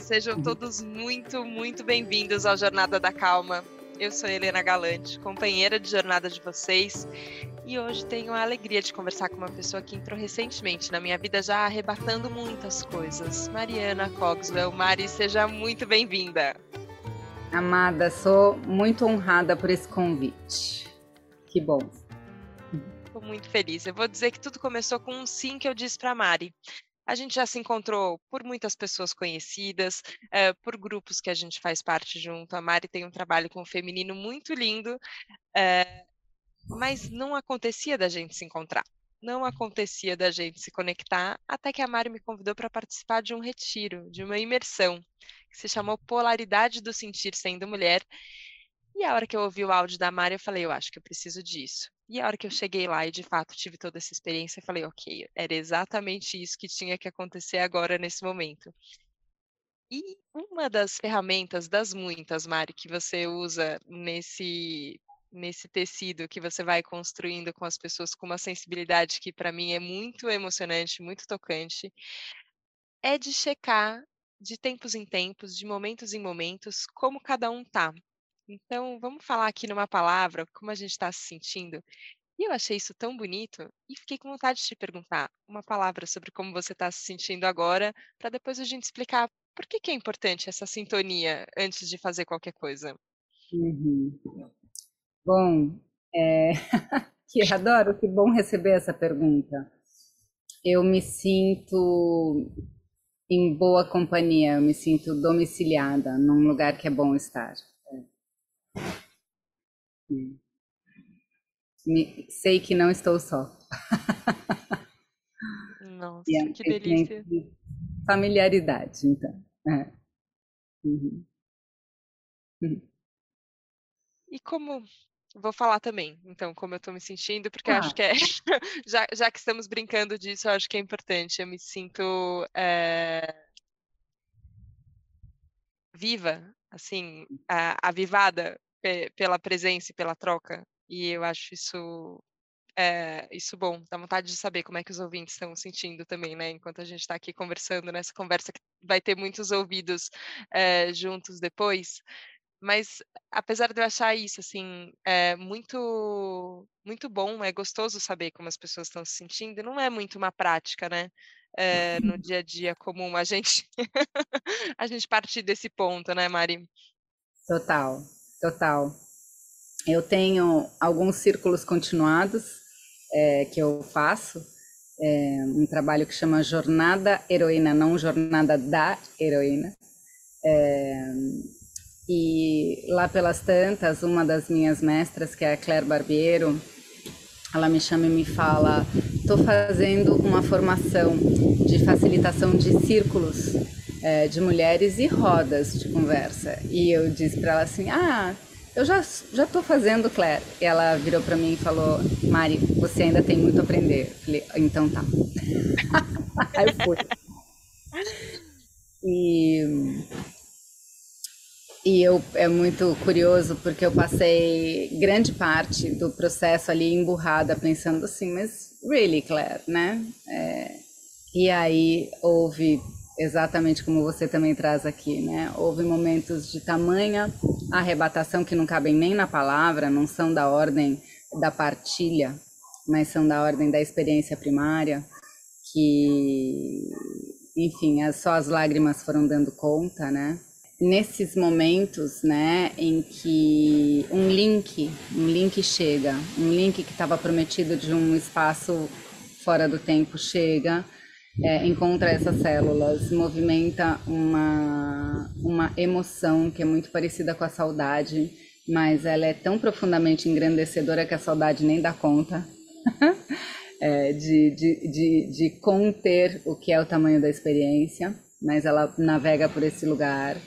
Sejam todos muito, muito bem-vindos ao Jornada da Calma. Eu sou Helena Galante, companheira de jornada de vocês, e hoje tenho a alegria de conversar com uma pessoa que entrou recentemente na minha vida, já arrebatando muitas coisas. Mariana Cogswell. Mari, seja muito bem-vinda. Amada, sou muito honrada por esse convite. Que bom. Estou muito feliz. Eu vou dizer que tudo começou com um sim que eu disse para a Mari. A gente já se encontrou por muitas pessoas conhecidas, por grupos que a gente faz parte junto. A Mari tem um trabalho com o feminino muito lindo, mas não acontecia da gente se encontrar. Não acontecia da gente se conectar, até que a Mari me convidou para participar de um retiro, de uma imersão, que se chamou Polaridade do Sentir Sendo Mulher. E a hora que eu ouvi o áudio da Mari, eu falei, eu acho que eu preciso disso. E a hora que eu cheguei lá e, de fato, tive toda essa experiência, eu falei, ok, era exatamente isso que tinha que acontecer agora, nesse momento. E uma das ferramentas, das muitas, Mari, que você usa nesse tecido que você vai construindo com as pessoas com uma sensibilidade que, para mim, é muito emocionante, muito tocante, é de checar, de tempos em tempos, de momentos em momentos, como cada um tá. Então, vamos falar aqui numa palavra, como a gente está se sentindo. E eu achei isso tão bonito e fiquei com vontade de te perguntar uma palavra sobre como você está se sentindo agora, para depois a gente explicar por que que é importante essa sintonia antes de fazer qualquer coisa. Uhum. Bom, que adoro, que bom receber essa pergunta. Eu me sinto em boa companhia, eu me sinto domiciliada num lugar que é bom estar. Sei que não estou só. Nossa, E é um que sentimento delícia. de familiaridade, então. Uhum. Uhum. E como vou falar também, então, como eu estou me sentindo, porque eu acho Ah, que já que estamos brincando disso, eu acho que é importante. Eu me sinto viva, assim, avivada pela presença e pela troca. E eu acho isso bom. Dá vontade de saber como é que os ouvintes estão sentindo também, né? Enquanto a gente está aqui conversando nessa conversa que vai ter muitos ouvidos juntos depois. Mas apesar de eu achar isso, assim, muito muito bom, é gostoso saber como as pessoas estão se sentindo, não é muito uma prática, né, no dia a dia comum a gente a gente partir desse ponto, né, Mari? total, total. Eu tenho alguns círculos continuados que eu faço, um trabalho que chama Jornada Heroína, não Jornada da Heroína. E lá pelas tantas, uma das minhas mestras, que é a Claire Barbiero, ela me chama e me fala: estou fazendo uma formação de facilitação de círculos de mulheres e rodas de conversa. E eu disse para ela assim: eu já estou fazendo, Claire. E ela virou para mim e falou: Mari, você ainda tem muito a aprender. Eu falei: então tá. Aí eu fui. É muito curioso porque eu passei grande parte do processo ali emburrada, pensando assim, mas really, Claire, né? E aí houve, exatamente como você também traz aqui, né? Houve momentos de tamanha arrebatação que não cabem nem na palavra, não são da ordem da partilha, mas são da ordem da experiência primária, que, enfim, só as lágrimas foram dando conta, né? Nesses momentos, né, em que um link chega, um link que estava prometido de um espaço fora do tempo chega, encontra essas células, movimenta uma emoção que é muito parecida com a saudade, mas ela é tão profundamente engrandecedora que a saudade nem dá conta de conter o que é o tamanho da experiência, mas ela navega por esse lugar.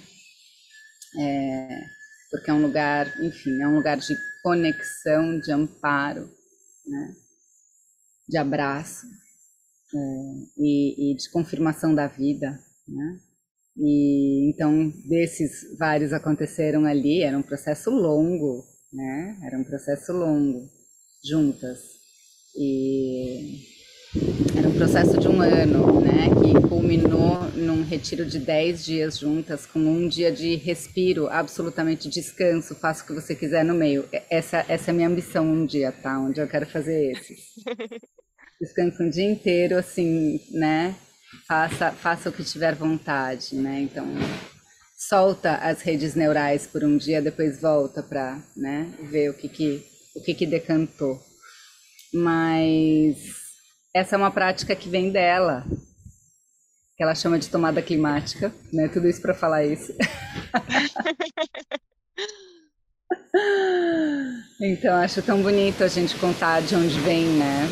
Porque é um lugar, enfim, é um lugar de conexão, de amparo, né? De abraço e de confirmação da vida, né? E então desses vários aconteceram ali, era um processo longo, né? Era um processo longo, juntas. Era um processo de um ano, né, que culminou num retiro de 10 dias juntas, com um dia de respiro, absolutamente descanso, faça o que você quiser no meio. Essa é a minha ambição um dia, tá? Um dia eu quero fazer esses. Descansa um dia inteiro, assim, né? Faça o que tiver vontade, né? Então, solta as redes neurais por um dia, depois volta para, né, ver o que decantou. Mas essa é uma prática que vem dela, que ela chama de tomada climática, né? Tudo isso para falar isso. Então, acho tão bonito a gente contar de onde vem, né?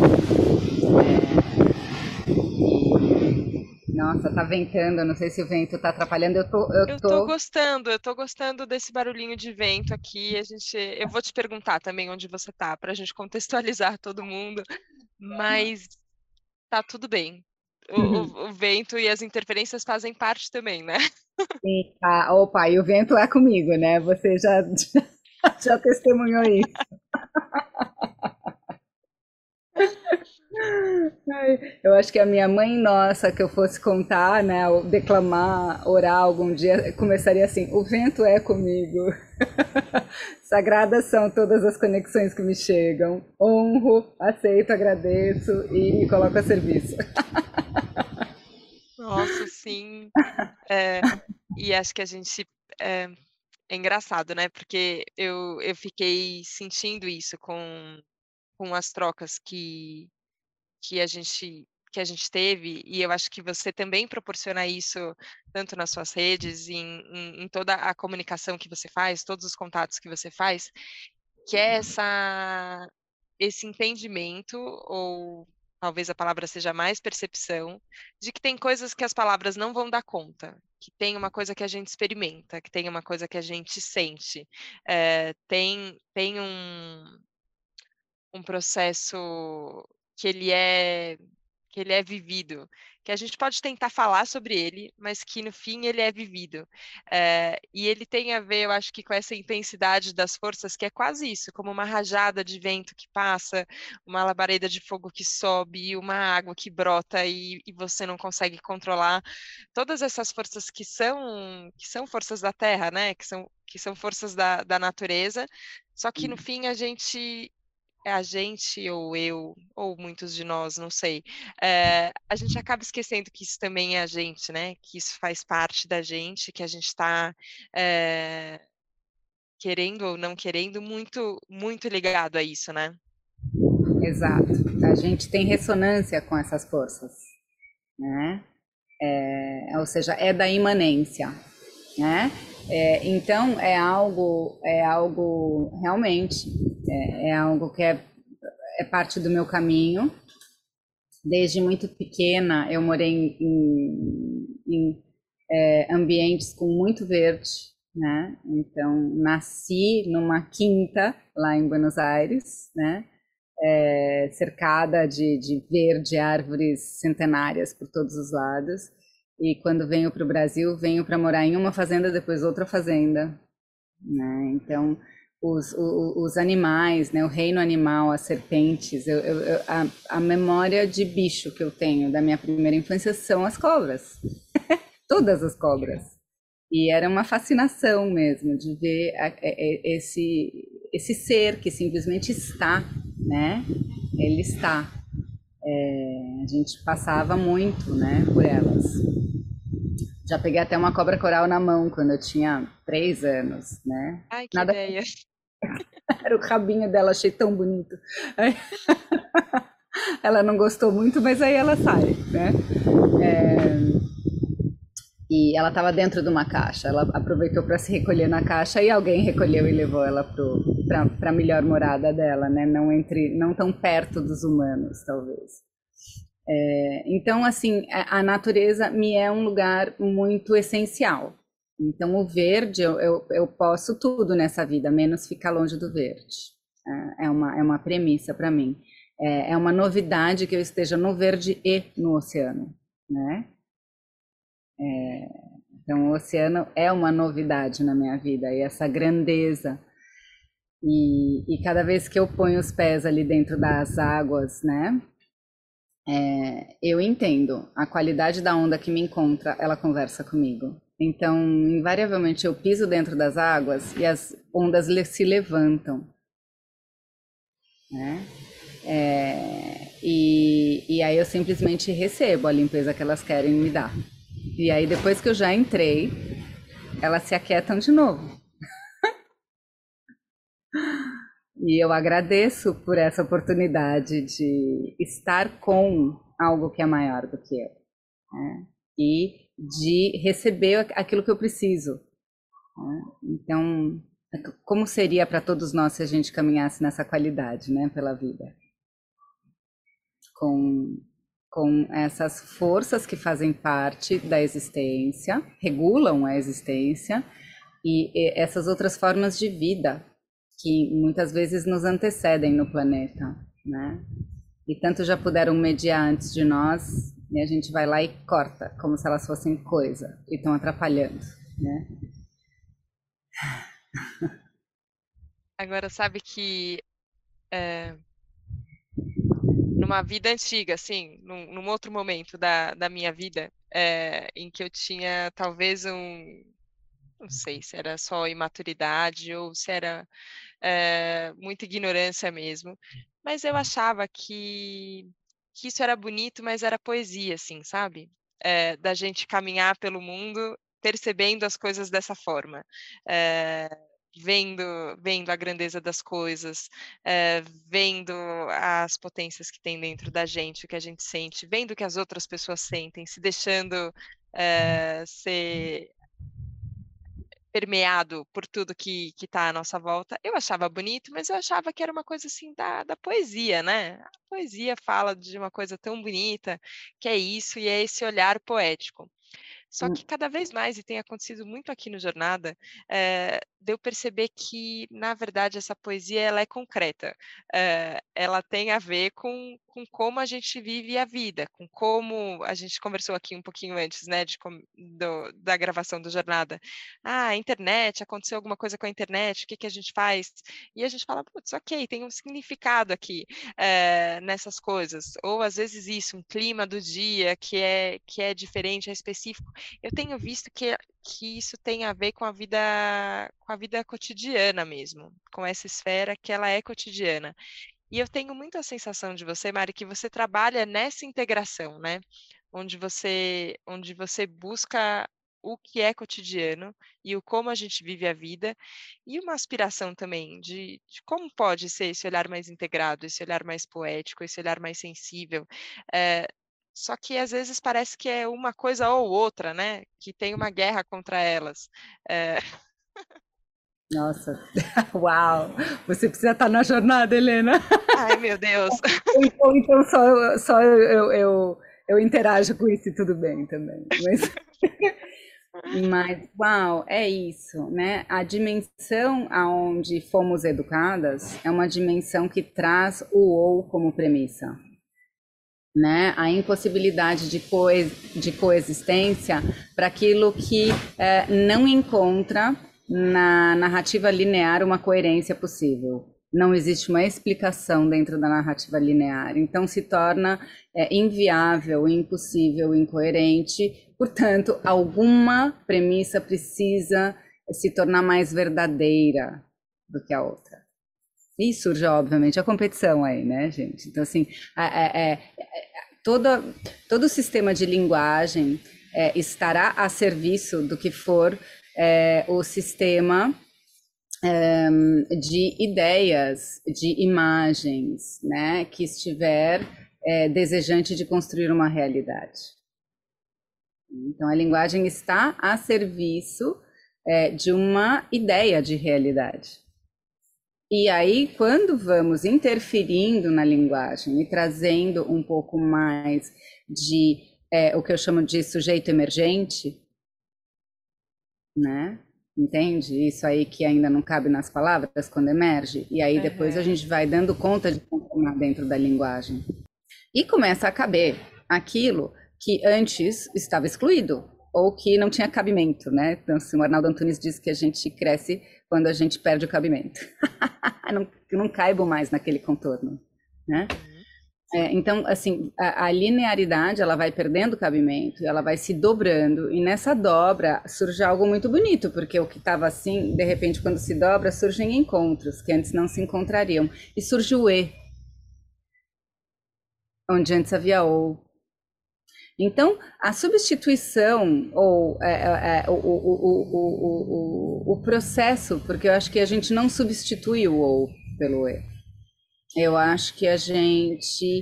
Nossa, tá ventando, eu não sei se o vento tá atrapalhando. Eu tô gostando desse barulhinho de vento aqui. Eu vou te perguntar também onde você tá, para a gente contextualizar todo mundo, mas tá tudo bem. O vento e as interferências fazem parte também, né? Sim, tá. Opa, e o vento é comigo, né? Você já testemunhou isso. Ai, eu acho que a minha mãe nossa, que eu fosse contar, né, ou declamar, orar algum dia, começaria assim: o vento é comigo. Sagradas são todas as conexões que me chegam. Honro, aceito, agradeço e me coloco a serviço. Nossa, sim. É, e acho que a gente. É, é engraçado, né? Porque eu fiquei sentindo isso com as trocas que a gente teve, e eu acho que você também proporciona isso tanto nas suas redes, em toda a comunicação que você faz, todos os contatos que você faz, que é esse entendimento, ou talvez a palavra seja mais percepção, de que tem coisas que as palavras não vão dar conta, que tem uma coisa que a gente experimenta, que tem uma coisa que a gente sente, tem um processo que ele é que ele é vivido, que a gente pode tentar falar sobre ele, mas que no fim ele é vivido. E ele tem a ver, eu acho que com essa intensidade das forças, que é quase isso, como uma rajada de vento que passa, uma labareda de fogo que sobe, uma água que brota e você não consegue controlar. Todas essas forças que são forças da Terra, né? Que são forças da natureza, só que no fim a gente ou eu, ou muitos de nós, não sei, a gente acaba esquecendo que isso também é a gente, né? Que isso faz parte da gente, que a gente está, querendo ou não querendo, muito, muito ligado a isso, né? Exato. A gente tem ressonância com essas forças, né? Ou seja, é da imanência, né? Então é algo realmente, é algo que é parte do meu caminho. Desde muito pequena eu morei em ambientes com muito verde, né? Então nasci numa quinta lá em Buenos Aires, né? Cercada de verde, árvores centenárias por todos os lados. E quando venho para o Brasil, venho para morar em uma fazenda, depois outra fazenda, né? Então, os animais, né? O reino animal, as serpentes, a memória de bicho que eu tenho da minha primeira infância são as cobras, todas as cobras. E era uma fascinação mesmo de ver esse ser que simplesmente está, né? Ele está. A gente passava muito, né, por elas. Já peguei até uma cobra coral na mão quando eu tinha 3 anos, né? Ai, que Nada, ideia. era o rabinho dela, achei tão bonito. Aí, ela não gostou muito, mas aí ela sai, né? E ela estava dentro de uma caixa. Ela aproveitou para se recolher na caixa e alguém recolheu e levou ela para a melhor morada dela, né? Não tão perto dos humanos, talvez. Então, assim, a natureza me é um lugar muito essencial. Então, o verde, eu posso tudo nessa vida, menos ficar longe do verde. É uma premissa para mim. É uma novidade que eu esteja no verde e no oceano, né? Então, o oceano é uma novidade na minha vida, e essa grandeza. E cada vez que eu ponho os pés ali dentro das águas, né? Eu entendo. A qualidade da onda que me encontra, ela conversa comigo. Então, invariavelmente, eu piso dentro das águas e as ondas se levantam, né? E aí eu simplesmente recebo a limpeza que elas querem me dar. E aí, depois que eu já entrei, elas se aquietam de novo. E eu agradeço por essa oportunidade de estar com algo que é maior do que eu, né? E de receber aquilo que eu preciso, né? Então, como seria para todos nós se a gente caminhasse nessa qualidade, né, pela vida? Com, com essas forças que fazem parte da existência, regulam a existência, e essas outras formas de vida que muitas vezes nos antecedem no planeta, né? E tanto já puderam mediar antes de nós, e a gente vai lá e corta, como se elas fossem coisa, e estão atrapalhando, né? Agora, sabe que numa vida antiga, assim, num outro momento da minha vida, em que eu tinha talvez não sei se era só imaturidade ou se era muita ignorância mesmo, mas eu achava que isso era bonito, mas era poesia, assim, sabe? Da gente caminhar pelo mundo percebendo as coisas dessa forma. Eh, vendo, vendo a grandeza das coisas, vendo as potências que tem dentro da gente, o que a gente sente, vendo o que as outras pessoas sentem, se deixando ser permeado por tudo que está à nossa volta. Eu achava bonito, mas eu achava que era uma coisa assim da poesia, né? A poesia fala de uma coisa tão bonita, que é isso, e é esse olhar poético. Só que cada vez mais, e tem acontecido muito aqui no Jornada, de eu perceber que, na verdade, essa poesia ela é concreta. Ela tem a ver com como a gente vive a vida, com como a gente conversou aqui um pouquinho antes, né, da gravação do Jornada. Ah, a internet, aconteceu alguma coisa com a internet, o que que a gente faz? E a gente fala, putz, ok, tem um significado aqui nessas coisas. Ou às vezes isso, um clima do dia que é diferente, é específico. Eu tenho visto que isso tem a ver com a vida cotidiana mesmo, com essa esfera que ela é cotidiana. E eu tenho muito a sensação de você, Mari, que você trabalha nessa integração, né? Onde você busca o que é cotidiano e o como a gente vive a vida, e uma aspiração também de como pode ser esse olhar mais integrado, esse olhar mais poético, esse olhar mais sensível. Eh, Só que às vezes parece que é uma coisa ou outra, né? Que tem uma guerra contra elas. Eh, Nossa, uau! Você precisa estar na jornada, Helena. Ai, meu Deus. Ou então só eu interajo com isso e tudo bem também. Mas, uau, é isso, né? A dimensão aonde fomos educadas é uma dimensão que traz o ou como premissa, né? A impossibilidade de coexistência para aquilo que não encontra na narrativa linear uma coerência possível. Não existe uma explicação dentro da narrativa linear, então se torna inviável, impossível, incoerente. Portanto, alguma premissa precisa se tornar mais verdadeira do que a outra. E surge, obviamente, a competição aí, né, gente? Então, assim, toda, todo o sistema de linguagem estará a serviço do que for o sistema de ideias, de imagens, né, que estiver desejante de construir uma realidade. Então, a linguagem está a serviço de uma ideia de realidade. E aí, quando vamos interferindo na linguagem e trazendo um pouco mais de o que eu chamo de sujeito emergente, né? Entende? Isso aí que ainda não cabe nas palavras quando emerge. E aí depois a Uhum. gente vai dando conta de transformar dentro da linguagem. E começa a caber aquilo que antes estava excluído ou que não tinha cabimento, né? Então, assim, o Arnaldo Antunes diz que a gente cresce quando a gente perde o cabimento. não caibo mais naquele contorno, né? Uhum. Então, assim, a linearidade, ela vai perdendo cabimento, ela vai se dobrando, e nessa dobra surge algo muito bonito, porque o que estava assim, de repente, quando se dobra, surgem encontros, que antes não se encontrariam. E surge o E, onde antes havia O. Então, a substituição, ou o processo, porque eu acho que a gente não substitui o ou pelo e. Eu acho que a gente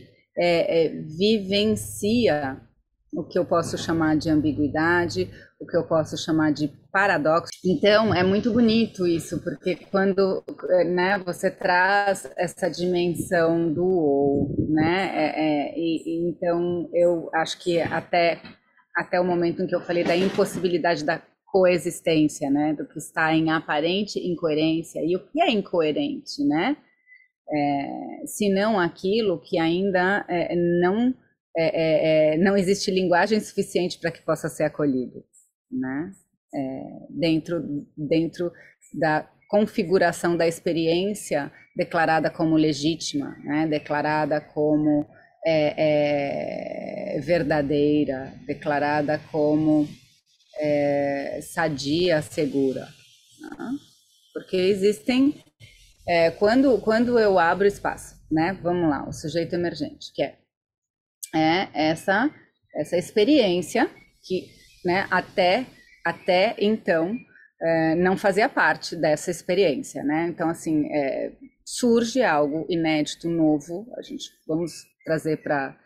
vivencia o que eu posso chamar de ambiguidade, o que eu posso chamar de paradoxo. Então, é muito bonito isso, porque quando, né, você traz essa dimensão do ou, né, então eu acho que até o momento em que eu falei da impossibilidade da coexistência, né, do que está em aparente incoerência, e o que é incoerente, né, se não aquilo que ainda não existe linguagem suficiente para que possa ser acolhido, né? Dentro da configuração da experiência declarada como legítima, né? Declarada como verdadeira, declarada como sadia, segura, né? Porque existem quando eu abro espaço, né? Vamos lá, o sujeito emergente, que essa experiência que, né, até então não fazia parte dessa experiência, né? Então, assim, surge algo inédito, novo, vamos trazer para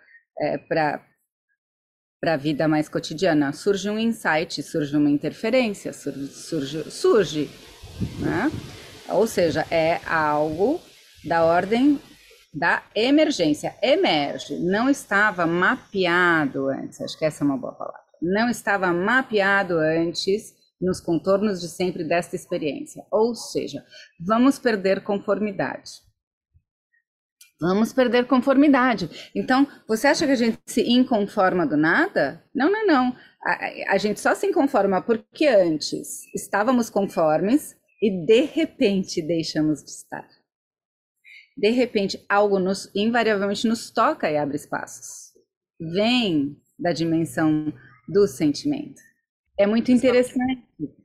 a vida mais cotidiana, surge um insight, surge uma interferência, surge, né? Ou seja, é algo da ordem da emergência, emerge, não estava mapeado antes, acho que essa é uma boa palavra, não estava mapeado antes nos contornos de sempre desta experiência, ou seja, vamos perder conformidade. Vamos perder conformidade. Então, você acha que a gente se inconforma do nada? Não, não, não. A gente só se inconforma porque antes estávamos conformes e de repente deixamos de estar. De repente, algo invariavelmente nos toca e abre espaços. Vem da dimensão do sentimento. É muito interessante,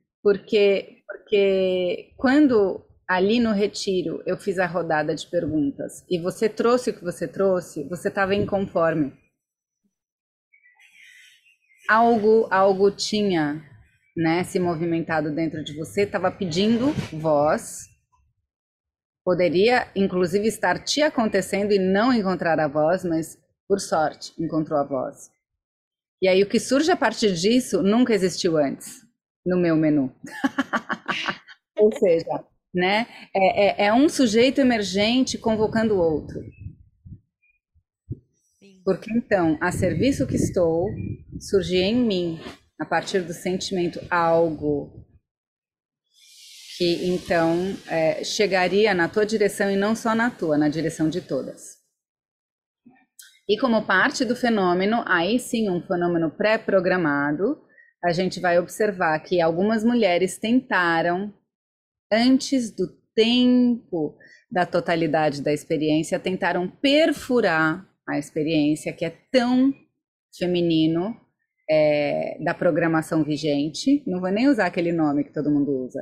porque quando ali no retiro eu fiz a rodada de perguntas e você trouxe o que você trouxe, você estava inconforme. Algo tinha, né, se movimentado dentro de você, estava pedindo voz. Poderia, inclusive, estar te acontecendo e não encontrar a voz, mas, por sorte, encontrou a voz. E aí, o que surge a partir disso nunca existiu antes no meu menu. Ou seja, né, é um sujeito emergente convocando o outro. Porque, então, a serviço que estou, surge em mim, a partir do sentimento, algo que então chegaria na tua direção e não só na tua, na direção de todas. E como parte do fenômeno, aí sim, um fenômeno pré-programado, a gente vai observar que algumas mulheres tentaram, antes do tempo da totalidade da experiência, tentaram perfurar a experiência, que é tão feminino, da programação vigente. Não vou nem usar aquele nome que todo mundo usa.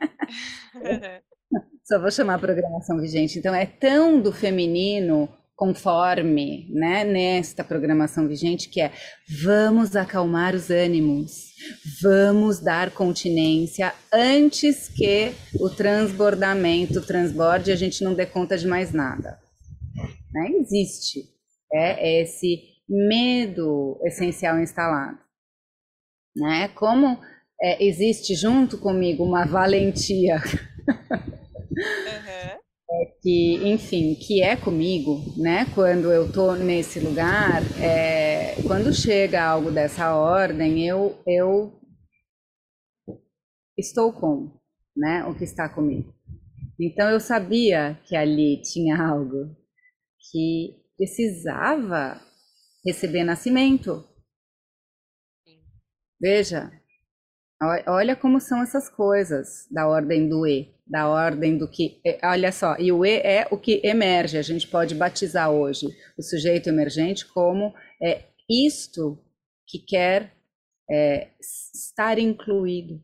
Só vou chamar programação vigente. Então, é tão do feminino conforme, né, nesta programação vigente que vamos acalmar os ânimos, vamos dar continência antes que o transbordamento transborde e a gente não dê conta de mais nada. Né? Existe esse medo essencial instalado. Né? Como existe junto comigo uma valentia que, enfim, que é comigo, né? Quando eu tô nesse lugar, quando chega algo dessa ordem, eu estou com, né? O que está comigo. Então eu sabia que ali tinha algo que precisava receber nascimento. Veja, olha como são essas coisas da ordem do E. da ordem do que. Olha só, e o E é o que emerge, a gente pode batizar hoje o sujeito emergente como isto que quer estar incluído,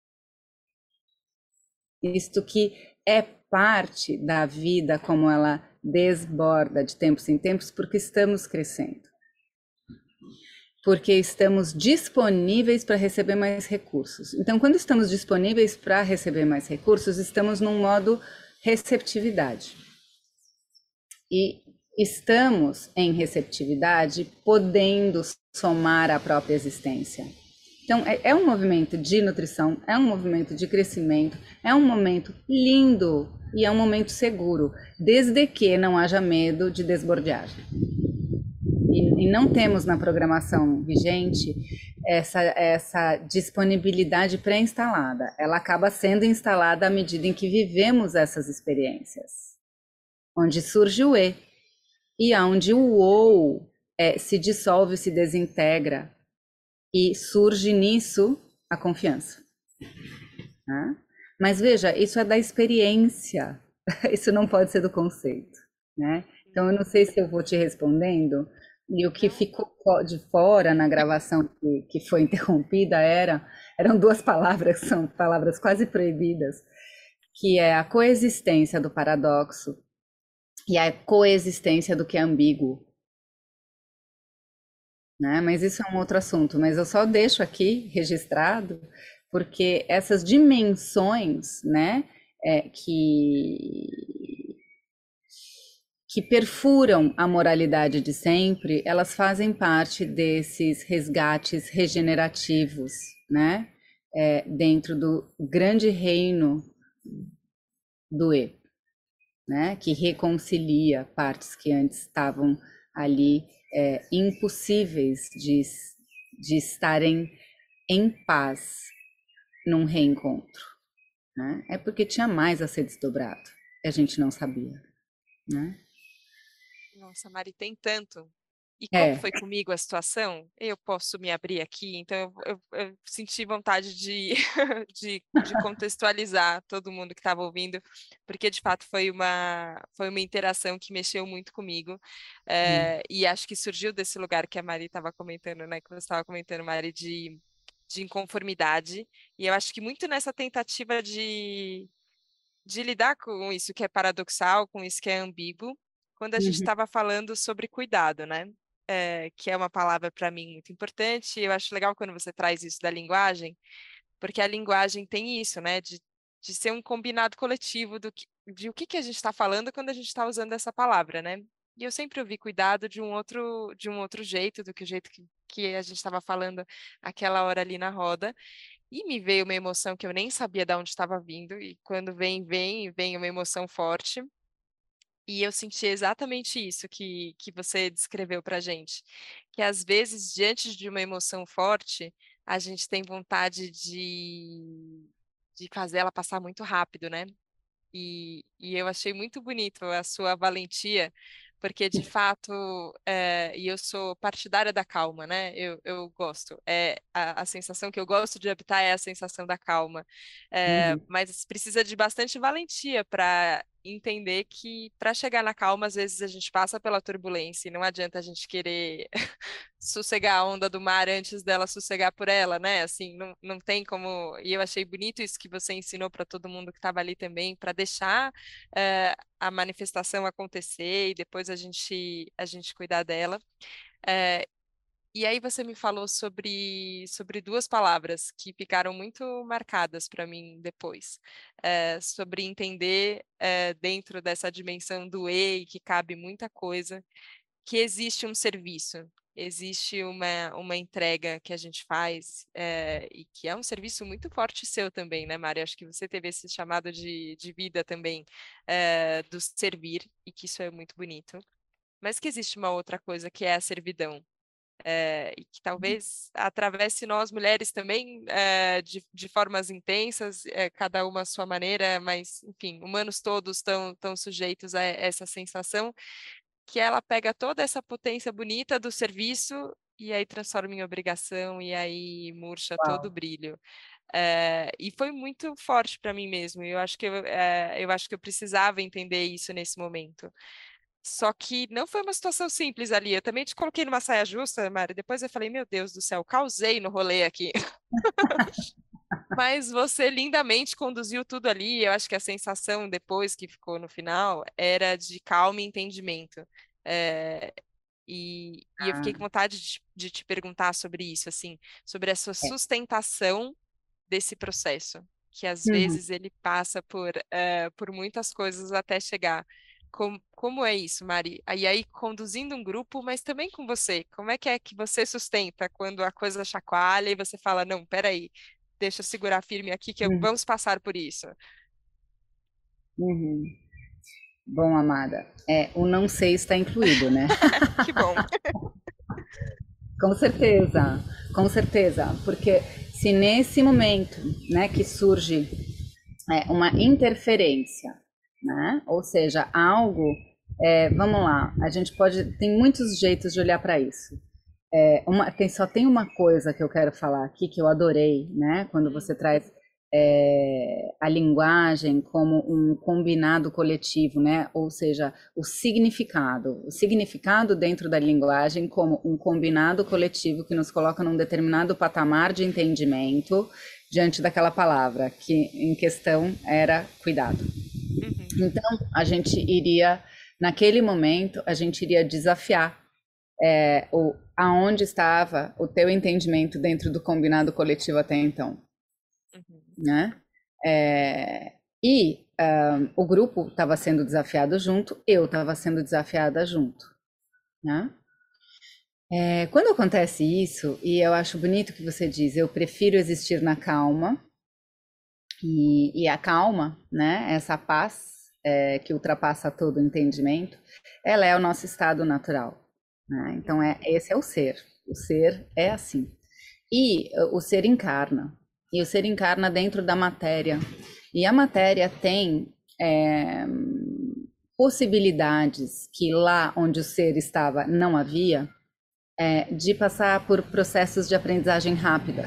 isto que é parte da vida como ela desborda de tempos em tempos, porque estamos crescendo. Porque estamos disponíveis para receber mais recursos. Então, quando estamos disponíveis para receber mais recursos, estamos num modo receptividade. E estamos em receptividade, podendo somar a própria existência. Então, é um movimento de nutrição, é um movimento de crescimento, é um momento lindo e é um momento seguro, desde que não haja medo de desbordeagem. E não temos na programação vigente essa disponibilidade pré-instalada. Ela acaba sendo instalada à medida em que vivemos essas experiências, onde surge o E, e onde o OU se dissolve, se desintegra, e surge nisso a confiança. Né? Mas veja, isso é da experiência, isso não pode ser do conceito. Né? Então, eu não sei se eu vou te respondendo, e o que ficou de fora na gravação que foi interrompida eram duas palavras, que são palavras quase proibidas, que é a coexistência do paradoxo e a coexistência do que é ambíguo. Né? Mas isso é um outro assunto, mas eu só deixo aqui registrado, porque essas dimensões, né, que perfuram a moralidade de sempre, elas fazem parte desses resgates regenerativos, né? Dentro do grande reino do E, né? Que reconcilia partes que antes estavam ali impossíveis de estarem em paz num reencontro, né? É porque tinha mais a ser desdobrado, e a gente não sabia, né? Nossa, Mari, tem tanto. E como É. foi comigo a situação, eu posso me abrir aqui, então eu senti vontade de contextualizar todo mundo que estava ouvindo, porque de fato foi uma interação que mexeu muito comigo, e acho que surgiu desse lugar que a Mari estava comentando, né, que você estava comentando, Mari, de inconformidade, e eu acho que muito nessa tentativa de lidar com isso que é paradoxal, com isso que é ambíguo, quando a gente Uhum. estava falando sobre cuidado, né? Que é uma palavra para mim muito importante. Eu acho legal quando você traz isso da linguagem, porque a linguagem tem isso, né? De ser um combinado coletivo de o que a gente está falando quando a gente está usando essa palavra, né? E eu sempre ouvi cuidado de um outro jeito do que o jeito que a gente estava falando aquela hora ali na roda. E me veio uma emoção que eu nem sabia de onde estava vindo, e quando vem uma emoção forte. E eu senti exatamente isso que você descreveu para gente, que às vezes, diante de uma emoção forte, a gente tem vontade de fazer ela passar muito rápido, né? E eu achei muito bonito a sua valentia, porque de fato, e eu sou partidária da calma, né? Eu gosto. A sensação que eu gosto de habitar é a sensação da calma. Uhum. Mas precisa de bastante valentia para entender que para chegar na calma, às vezes a gente passa pela turbulência e não adianta a gente querer sossegar a onda do mar antes dela sossegar por ela, né? Assim, não tem como. E eu achei bonito isso que você ensinou para todo mundo que estava ali também, para deixar a manifestação acontecer e depois a gente cuidar dela. Eh, e aí você me falou sobre duas palavras que ficaram muito marcadas para mim depois, sobre entender dentro dessa dimensão do E, que cabe muita coisa, que existe um serviço, existe uma entrega que a gente faz, e que é um serviço muito forte seu também, né, Mari? Acho que você teve esse chamado de vida também, do servir, e que isso é muito bonito. Mas que existe uma outra coisa que é a servidão, e que talvez atravesse nós mulheres também, de formas intensas, cada uma à sua maneira, mas, enfim, humanos todos estão sujeitos a essa sensação que ela pega toda essa potência bonita do serviço e aí transforma em obrigação, e aí murcha todo o Uau. brilho. E foi muito forte para mim mesmo. Eu acho que eu precisava entender isso nesse momento. Só que não foi uma situação simples ali. Eu também te coloquei numa saia justa, Mari. Depois eu falei, meu Deus do céu, causei no rolê aqui. Mas você lindamente conduziu tudo ali. Eu acho que a sensação depois que ficou no final era de calma e entendimento. É, e eu fiquei com Ah, vontade de te perguntar sobre isso, assim, sobre essa é. sustentação desse processo, que às Uhum, vezes ele passa por muitas coisas até chegar. Como é isso, Mari? Aí conduzindo um grupo, mas também com você. Como é que você sustenta quando a coisa chacoalha e você fala, não, peraí, deixa eu segurar firme aqui uhum, vamos passar por isso. uhum. Bom, amada, o não sei está incluído, né? Que bom. Com certeza, porque se nesse momento, né, que surge uma interferência, né, ou seja, algo, vamos lá, a gente tem muitos jeitos de olhar para isso. Só tem uma coisa que eu quero falar aqui que eu adorei, né? Quando Hum, você traz a linguagem como um combinado coletivo, né? Ou seja, o significado dentro da linguagem como um combinado coletivo que nos coloca num determinado patamar de entendimento diante daquela palavra que em questão era cuidado. uhum, Então, naquele momento, a gente iria desafiar aonde estava o teu entendimento dentro do combinado coletivo até então, uhum, né? É, o grupo estava sendo desafiado junto, eu estava sendo desafiada junto, né? Quando acontece isso, e eu acho bonito que você diz, eu prefiro existir na calma, e a calma, né? Essa paz que ultrapassa todo o entendimento, ela é o nosso estado natural, né? Então, uhum, esse é o ser. O ser é assim. E o ser encarna. E o ser encarna dentro da matéria. E a matéria tem possibilidades que lá onde o ser estava não havia, de passar por processos de aprendizagem rápida,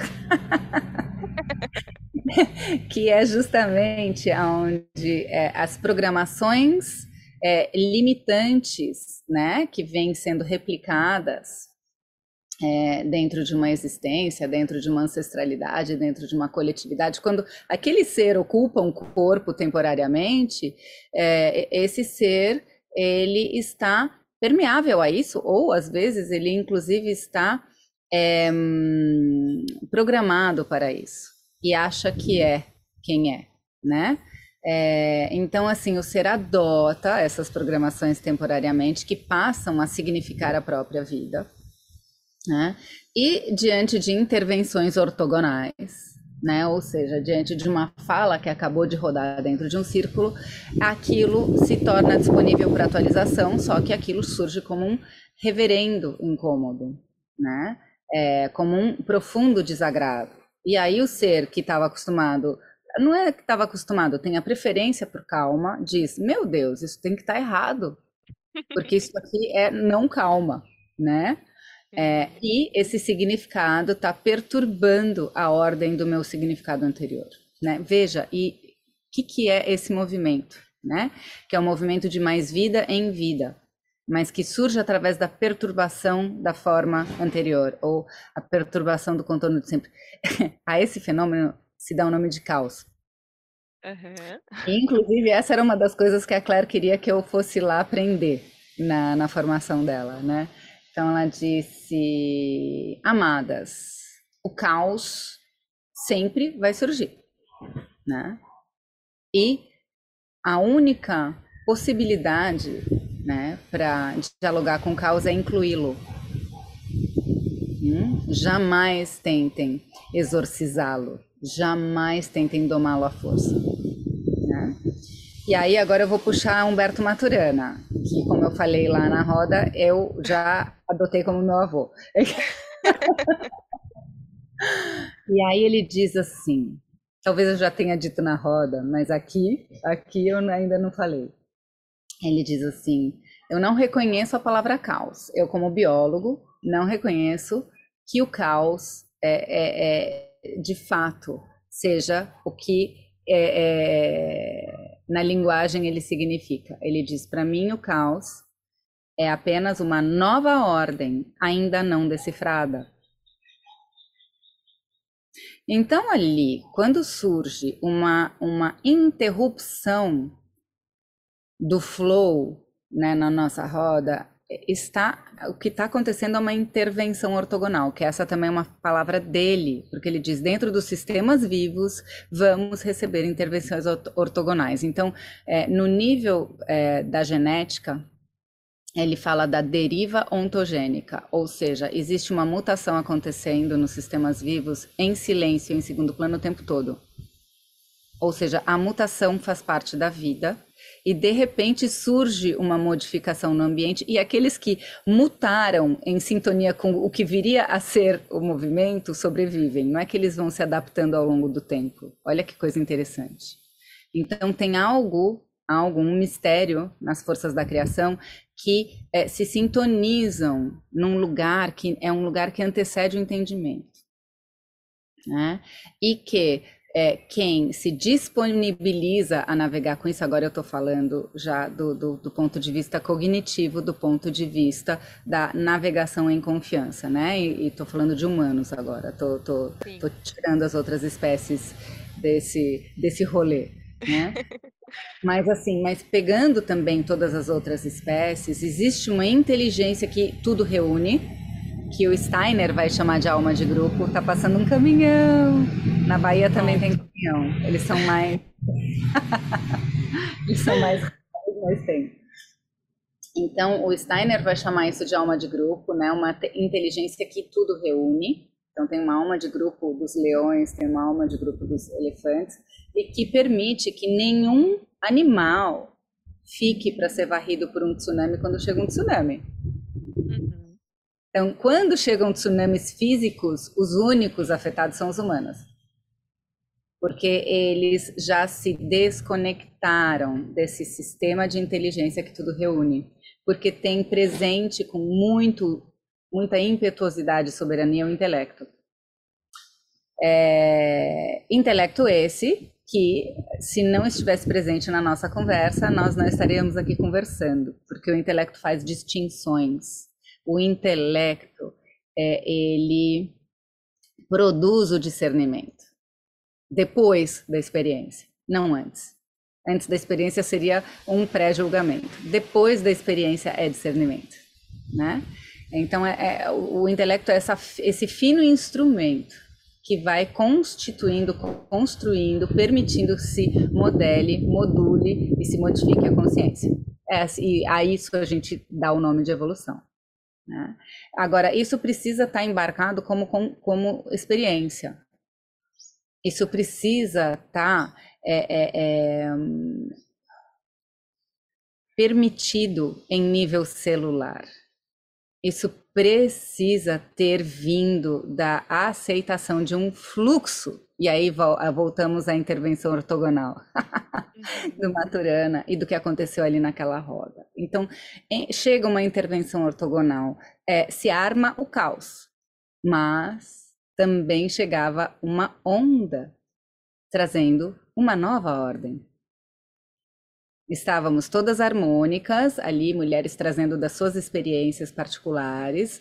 que é justamente onde as programações limitantes, né, que vêm sendo replicadas dentro de uma existência, dentro de uma ancestralidade, dentro de uma coletividade, quando aquele ser ocupa um corpo temporariamente, esse ser ele está permeável a isso, ou às vezes ele inclusive está é, programado para isso e acha que é quem é, né? Então, assim, o ser adota essas programações temporariamente que passam a significar a própria vida, né? E diante de intervenções ortogonais, né? Ou seja, diante de uma fala que acabou de rodar dentro de um círculo, aquilo se torna disponível para atualização, só que aquilo surge como um reverendo incômodo, né? Como um profundo desagrado. E aí o ser que estava acostumado, não é que estava acostumado, tem a preferência por calma, diz: meu Deus, isso tem que estar errado, porque isso aqui é não calma, né? uhum, E esse significado está perturbando a ordem do meu significado anterior, né? Veja, e o que é esse movimento, né? Que é um movimento de mais vida em vida, mas que surge através da perturbação da forma anterior, ou a perturbação do contorno de sempre. A esse fenômeno se dá o nome de caos. uhum. E, inclusive, essa era uma das coisas que a Claire queria que eu fosse lá aprender na formação dela, né? Então, ela disse: Amadas, o caos sempre vai surgir, né? E a única possibilidade, né, para dialogar com o caos é incluí-lo. Jamais tentem exorcizá-lo, jamais tentem domá-lo à força, né? E aí agora eu vou puxar Humberto Maturana, que como eu falei lá na roda, eu já adotei como meu avô. E aí ele diz assim, talvez eu já tenha dito na roda, mas aqui eu ainda não falei. Ele diz assim: eu não reconheço a palavra caos. Eu como biólogo não reconheço que o caos de fato seja o que na linguagem ele significa. Ele diz, para mim, o caos é apenas uma nova ordem ainda não decifrada. Então, ali, quando surge uma interrupção do flow, né, na nossa roda, o que está acontecendo é uma intervenção ortogonal, que essa também é uma palavra dele, porque ele diz, dentro dos sistemas vivos, vamos receber intervenções ortogonais. Então, no nível da genética, ele fala da deriva ontogênica, ou seja, existe uma mutação acontecendo nos sistemas vivos em silêncio, em segundo plano o tempo todo. Ou seja, a mutação faz parte da vida e de repente surge uma modificação no ambiente e aqueles que mutaram em sintonia com o que viria a ser o movimento sobrevivem. Não é que eles vão se adaptando ao longo do tempo. Olha que coisa interessante. Então tem um mistério nas forças da criação que se sintonizam num lugar que é um lugar que antecede o entendimento, né? E que quem se disponibiliza a navegar com isso, agora eu estou falando já do ponto de vista cognitivo, do ponto de vista da navegação em confiança, né? E estou falando de humanos agora, tô tirando as outras espécies desse rolê, né? Mas pegando também todas as outras espécies, existe uma inteligência que tudo reúne, que o Steiner vai chamar de alma de grupo. Tá passando um caminhão. Na Bahia também tem caminhão. Eles são mais raros, mas tem. Então, o Steiner vai chamar isso de alma de grupo, né? Uma inteligência que tudo reúne. Então, tem uma alma de grupo dos leões, tem uma alma de grupo dos elefantes, e que permite que nenhum animal fique para ser varrido por um tsunami quando chega um tsunami. Uhum. Então, quando chegam tsunamis físicos, os únicos afetados são os humanos. Porque eles já se desconectaram desse sistema de inteligência que tudo reúne. Porque tem presente com muita impetuosidade e soberania o intelecto. Intelecto esse que, se não estivesse presente na nossa conversa, nós não estaríamos aqui conversando, porque o intelecto faz distinções. O intelecto, ele produz o discernimento depois da experiência, não antes. Antes da experiência seria um pré-julgamento. Depois da experiência é discernimento, né? Então, o intelecto é esse fino instrumento que vai construindo, permitindo que se module e se modifique a consciência. E a isso a gente dá o nome de evolução, né? Agora, isso precisa estar embarcado como experiência. Isso precisa estar permitido em nível celular. Isso precisa ter vindo da aceitação de um fluxo. E aí voltamos à intervenção ortogonal do Maturana e do que aconteceu ali naquela roda. Então, chega uma intervenção ortogonal, se arma o caos, mas também chegava uma onda trazendo uma nova ordem. Estávamos todas harmônicas, ali, mulheres trazendo das suas experiências particulares,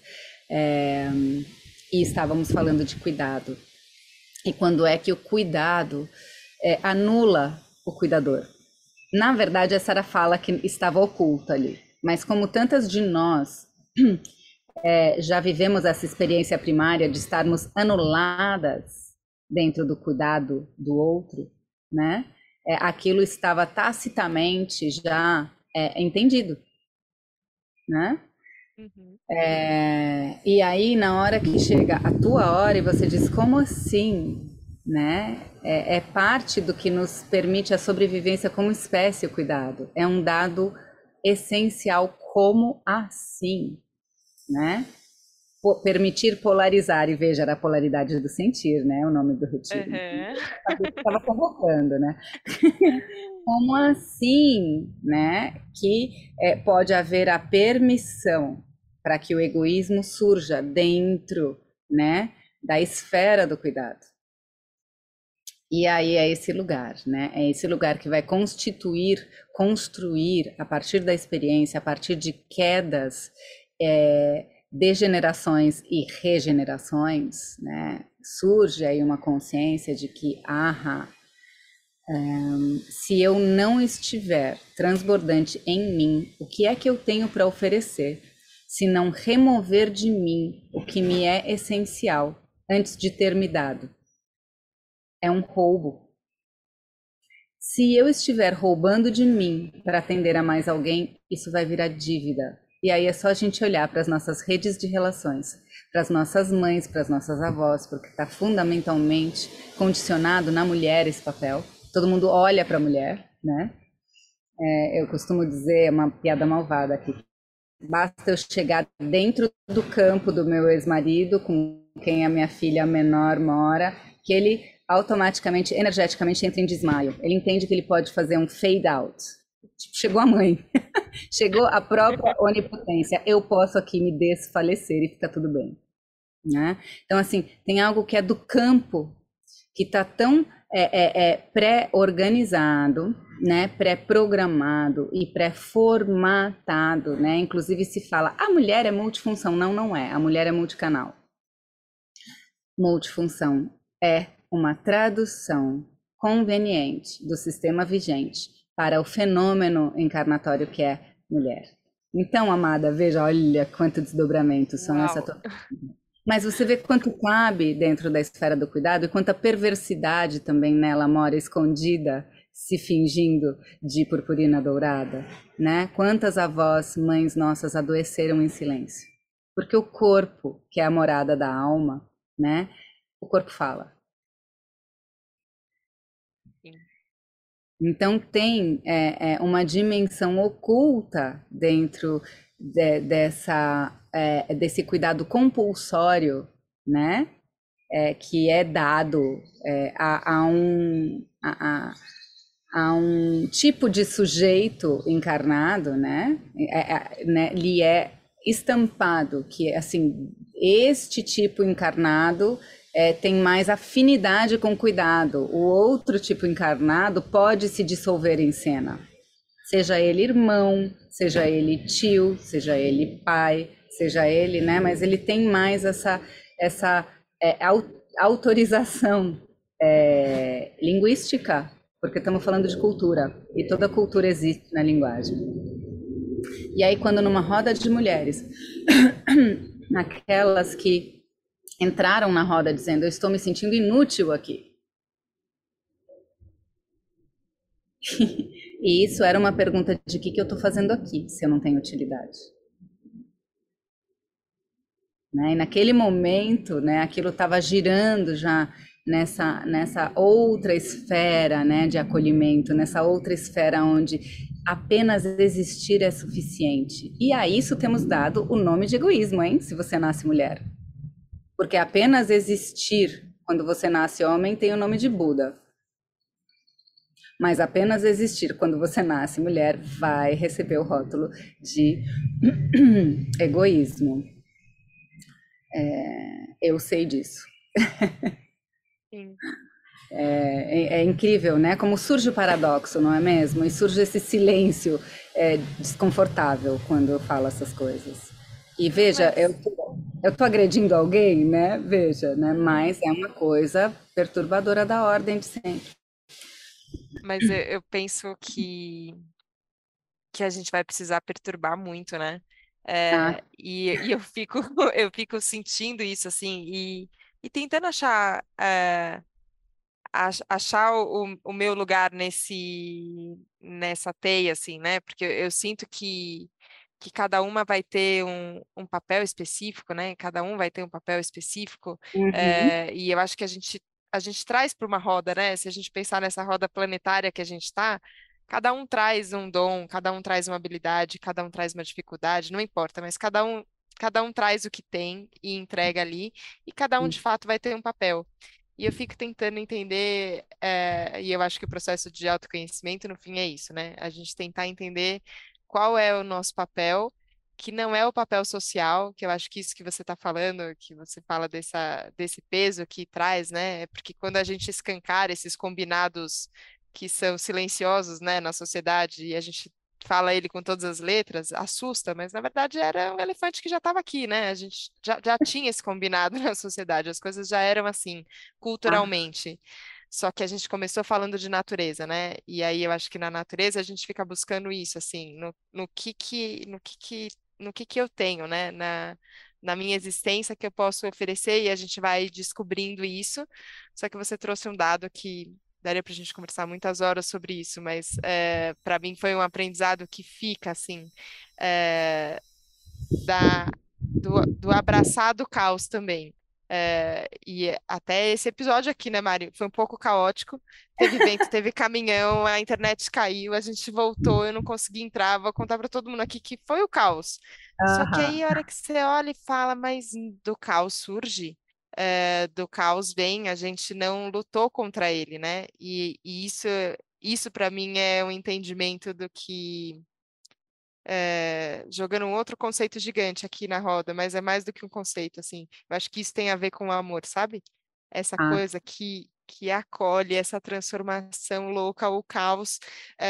e estávamos falando de cuidado. E quando é que o cuidado anula o cuidador? Na verdade, essa era a fala que estava oculta ali. Mas como tantas de nós já vivemos essa experiência primária de estarmos anuladas dentro do cuidado do outro, né? Aquilo estava tacitamente já entendido, né? Uhum. E aí, na hora que chega a tua hora e você diz, como assim, né? É parte do que nos permite a sobrevivência como espécie, o cuidado. É um dado essencial, como assim, né? Permitir polarizar, e veja, era a polaridade do sentir, né? O nome do retiro. Uhum. Estava convocando, né? Como assim, né? Que pode haver a permissão para que o egoísmo surja dentro, né, da esfera do cuidado. E aí é esse lugar, né? É esse lugar que vai construir a partir da experiência, a partir de quedas, degenerações e regenerações, né? Surge aí uma consciência de que, se eu não estiver transbordante em mim, o que é que eu tenho para oferecer, se não remover de mim o que me é essencial antes de ter me dado? É um roubo. Se eu estiver roubando de mim para atender a mais alguém, isso vai virar dívida. E aí é só a gente olhar para as nossas redes de relações, para as nossas mães, para as nossas avós, porque está fundamentalmente condicionado na mulher esse papel. Todo mundo olha para a mulher, né? Eu costumo dizer, uma piada malvada aqui, basta eu chegar dentro do campo do meu ex-marido, com quem a minha filha menor mora, que ele automaticamente, energeticamente entra em desmaio. Ele entende que ele pode fazer um fade out. Tipo, chegou a mãe, chegou a própria onipotência. Eu posso aqui me desfalecer e fica tudo bem, né? Então, assim, tem algo que é do campo, que está tão pré-organizado, né, pré-programado e pré-formatado, né? Inclusive se fala, a mulher é multifunção. Não, não é. A mulher é multicanal. Multifunção é uma tradução conveniente do sistema vigente para o fenômeno encarnatório que é mulher. Então, amada, veja, olha quanto desdobramento são essa tua... Mas você vê quanto cabe dentro da esfera do cuidado e quanta perversidade também nela mora escondida, se fingindo de purpurina dourada, né? Quantas avós, mães nossas adoeceram em silêncio? Porque o corpo, que é a morada da alma, né? O corpo fala. Então tem uma dimensão oculta dentro desse cuidado compulsório, né? Que é dado a um tipo de sujeito encarnado, né? Lhe é estampado que, assim, este tipo encarnado tem mais afinidade com cuidado. O outro tipo encarnado pode se dissolver em cena. Seja ele irmão, seja ele tio, seja ele pai, seja ele, né? Mas ele tem mais essa autorização linguística, porque estamos falando de cultura, e toda cultura existe na linguagem. E aí, quando numa roda de mulheres, naquelas que entraram na roda dizendo, eu estou me sentindo inútil aqui. E isso era uma pergunta de que eu estou fazendo aqui, se eu não tenho utilidade. Né? E naquele momento, né, aquilo estava girando já nessa outra esfera, né, de acolhimento, nessa outra esfera onde apenas existir é suficiente. E a isso temos dado o nome de egoísmo, hein? Se você nasce mulher. Porque apenas existir, quando você nasce homem, tem o nome de Buda. Mas apenas existir, quando você nasce mulher, vai receber o rótulo de egoísmo. Eu sei disso. Sim. É incrível, né? Como surge o paradoxo, não é mesmo? E surge esse silêncio desconfortável quando eu falo essas coisas. E veja, eu tô agredindo alguém, né? Veja, né? Mas é uma coisa perturbadora da ordem de sempre. Mas eu penso que a gente vai precisar perturbar muito, né? E eu fico, eu fico sentindo isso, assim, e tentando achar o meu lugar nessa teia, assim, né? Porque eu sinto que cada uma vai ter um papel específico, né? Cada um vai ter um papel específico, Uhum. e eu acho que a gente traz para uma roda, né? Se a gente pensar nessa roda planetária que a gente está, cada um traz um dom, cada um traz uma habilidade, cada um traz uma dificuldade, não importa, mas cada um traz o que tem e entrega ali, e cada um de fato vai ter um papel. E eu fico tentando entender, e eu acho que o processo de autoconhecimento, no fim, é isso, né? A gente tentar entender qual é o nosso papel que não é o papel social, que eu acho que isso que você está falando, que você fala desse peso que traz, né? É porque quando a gente escancara esses combinados que são silenciosos, né, na sociedade, e a gente fala ele com todas as letras, assusta, mas na verdade era um elefante que já estava aqui, né? A gente já tinha esse combinado na sociedade, as coisas já eram assim, Ah, culturalmente. Só que a gente começou falando de natureza, né? E aí eu acho que na natureza a gente fica buscando isso, assim, no que eu tenho, né? Na minha existência que eu posso oferecer e a gente vai descobrindo isso. Só que você trouxe um dado que daria para a gente conversar muitas horas sobre isso, mas para mim foi um aprendizado que fica, assim, eh, da, do abraçar do caos também. E até esse episódio aqui, né, Mari? Foi um pouco caótico. Teve vento, teve caminhão, a internet caiu, a gente voltou, eu não consegui entrar. Vou contar para todo mundo aqui que foi o caos. Só que aham. aí, a hora que você olha e fala, mas do caos surge, do caos vem, a gente não lutou contra ele, né? E isso para mim é um entendimento do que jogando um outro conceito gigante aqui na roda, mas é mais do que um conceito, assim. Eu acho que isso tem a ver com o amor, sabe? Essa Ah, coisa que acolhe essa transformação louca, o caos,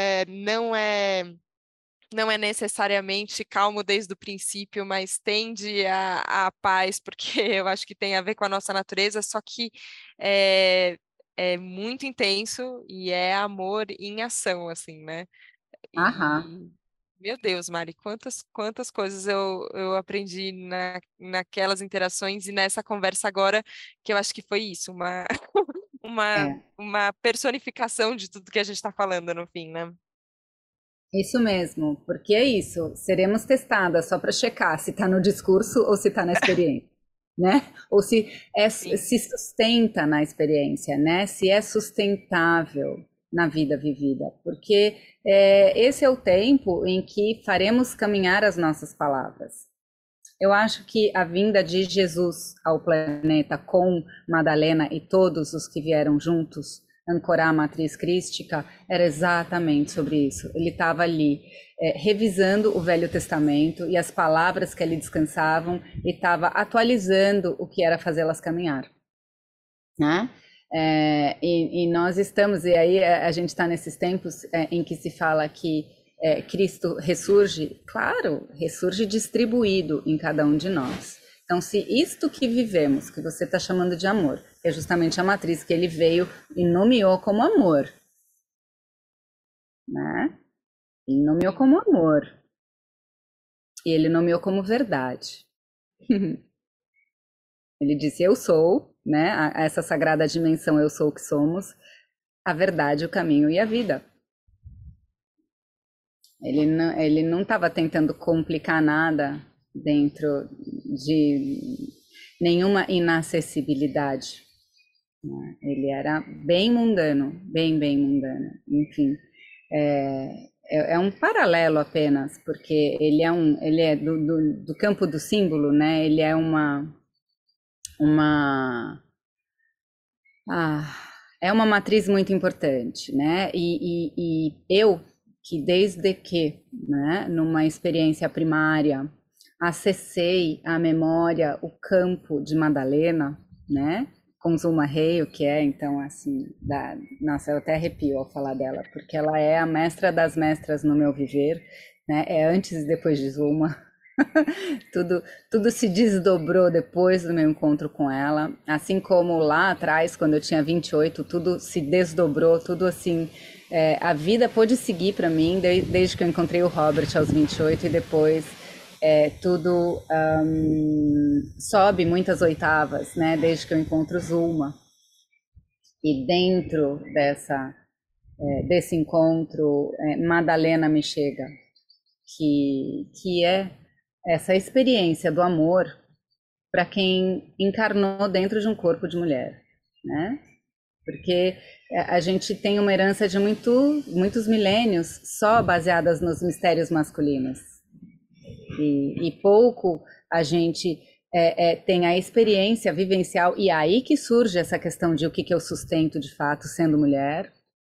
não é necessariamente calmo desde o princípio, mas tende à paz, porque eu acho que tem a ver com a nossa natureza, só que é muito intenso e é amor em ação, assim, né? aham. E, meu Deus, Mari, quantas coisas eu aprendi naquelas interações e nessa conversa agora, que eu acho que foi isso, uma, É, uma personificação de tudo que a gente está falando no fim, né? isso mesmo, porque é isso. Seremos testadas só para checar se está no discurso ou se está na experiência, né? Ou Sim. se sustenta na experiência, né? Se é sustentável na vida vivida, porque esse é o tempo em que faremos caminhar as nossas palavras. Eu acho que a vinda de Jesus ao planeta com Madalena e todos os que vieram juntos ancorar a matriz crística era exatamente sobre isso. Ele estava ali revisando o Velho Testamento e as palavras que ali descansavam e estava atualizando o que era fazê-las caminhar, né? E nós estamos, e aí a gente está nesses tempos em que se fala que Cristo ressurge, claro, ressurge distribuído em cada um de nós. Então, se isto que vivemos, que você está chamando de amor, é justamente a matriz que ele veio e nomeou como amor, né? Ele nomeou Sim. como amor, e ele nomeou como verdade. Ele disse: Eu sou, né? Essa sagrada dimensão, eu sou o que somos, a verdade, o caminho e a vida. Ele não estava tentando complicar nada dentro de nenhuma inacessibilidade, né? Ele era bem mundano, bem mundano. Enfim, é um paralelo apenas, porque ele é do campo do símbolo, né? Ele é uma, ah, é uma matriz muito importante, né? E eu, que desde que, né, numa experiência primária, acessei a memória, o campo de Madalena, né? Com Zulma Rei, o que é, então, assim, nossa, eu até arrepio ao falar dela, porque ela é a mestra das mestras no meu viver, né? É antes e depois de Zulma, tudo, tudo se desdobrou depois do meu encontro com ela, assim como lá atrás, quando eu tinha 28, tudo se desdobrou, tudo assim, a vida pôde seguir para mim desde que eu encontrei o Robert aos 28 e depois tudo sobe muitas oitavas, né, desde que eu encontro Zulma. E dentro desse encontro, Madalena me chega, que é essa experiência do amor para quem encarnou dentro de um corpo de mulher, né? Porque a gente tem uma herança de muitos milênios só baseadas nos mistérios masculinos e pouco a gente tem a experiência vivencial e é aí que surge essa questão de o que eu sustento de fato sendo mulher,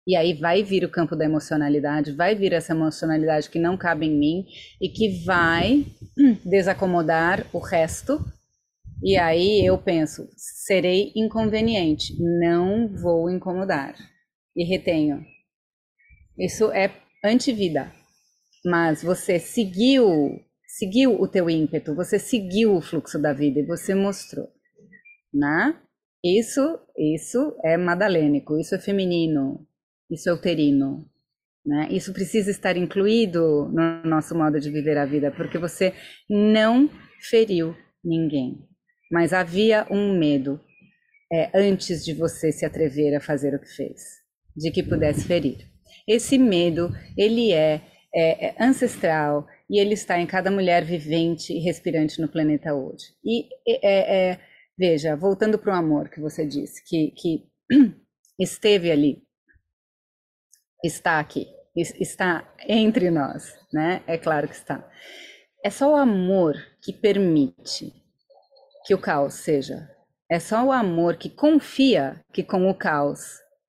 E aí vai vir o campo da emocionalidade, vai vir essa emocionalidade que não cabe em mim e que vai desacomodar o resto. E aí eu penso, serei inconveniente, não vou incomodar. E retenho. Isso é antivida. Mas você seguiu o teu ímpeto, você seguiu o fluxo da vida e você mostrou, né? Isso é madalênico, isso é feminino, isso é uterino, né? Isso precisa estar incluído no nosso modo de viver a vida, porque você não feriu ninguém, mas havia um medo antes de você se atrever a fazer o que fez, de que pudesse ferir. Esse medo, ele é ancestral e ele está em cada mulher vivente e respirante no planeta hoje. E veja, voltando para o amor que você disse, que esteve ali, está aqui, está entre nós, né? É claro que está. É só o amor que permite que o caos seja. É só o amor que confia que com o caos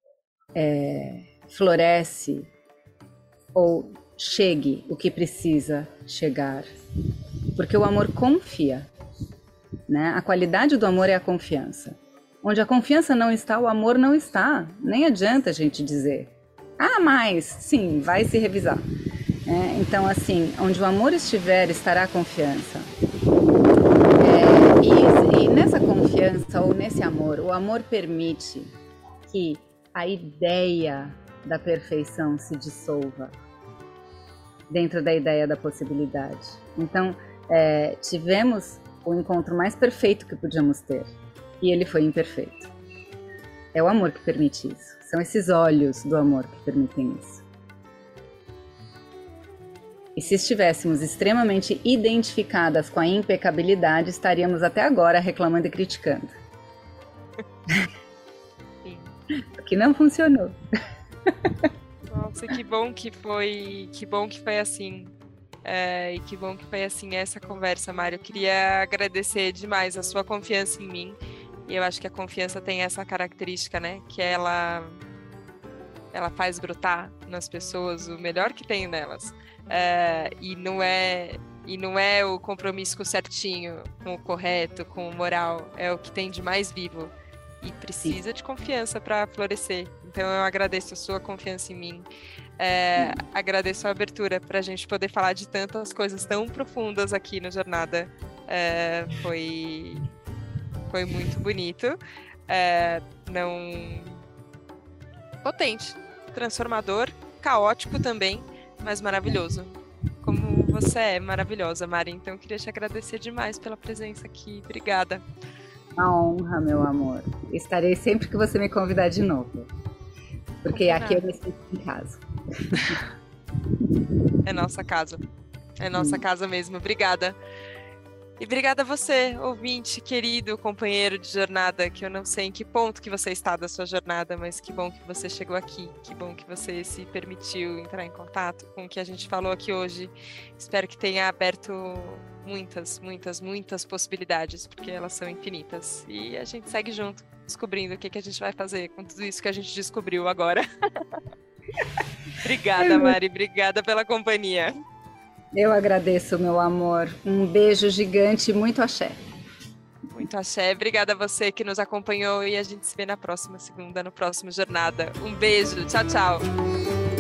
floresce ou chegue o que precisa chegar. Porque o amor confia, né? A qualidade do amor é a confiança. Onde a confiança não está, o amor não está. Nem adianta a gente dizer. Ah, mas, sim, vai se revisar. Então, assim, onde o amor estiver, estará a confiança. E nessa confiança ou nesse amor, o amor permite que a ideia da perfeição se dissolva dentro da ideia da possibilidade. Então, tivemos o encontro mais perfeito que podíamos ter, e ele foi imperfeito. É o amor que permite isso. São esses olhos do amor que permitem isso. E se estivéssemos extremamente identificadas com a impecabilidade, estaríamos até agora reclamando e criticando. Sim. O que não funcionou. Nossa, que bom que foi assim. E que bom que foi assim essa conversa, Mário. Eu queria agradecer demais a sua confiança em mim. E eu acho que a confiança tem essa característica, né? Que ela faz brotar nas pessoas o melhor que tem nelas. E não é o compromisso com o certinho, com o correto, com o moral. É o que tem de mais vivo. E precisa de confiança para florescer. Então eu agradeço a sua confiança em mim. Agradeço a abertura para a gente poder falar de tantas coisas tão profundas aqui no Jornada. Foi muito bonito. Potente, transformador, caótico também, mas maravilhoso. Como você é maravilhosa, Mari. Então eu queria te agradecer demais pela presença aqui. Obrigada. Uma honra, meu amor. Estarei sempre que você me convidar de novo. Porque aqui eu me sinto em casa. É nossa casa. É nossa casa mesmo. Obrigada. E obrigada a você, ouvinte, querido, companheiro de jornada, que eu não sei em que ponto que você está da sua jornada, mas que bom que você chegou aqui, que bom que você se permitiu entrar em contato com o que a gente falou aqui hoje. Espero que tenha aberto muitas, muitas, muitas possibilidades, porque elas são infinitas. E a gente segue junto, descobrindo o que a gente vai fazer com tudo isso que a gente descobriu agora. Obrigada, Mari, obrigada pela companhia. Eu agradeço, meu amor. Um beijo gigante e muito axé. Muito axé. Obrigada a você que nos acompanhou e a gente se vê na próxima segunda, no próximo Jornada. Um beijo. Tchau, tchau.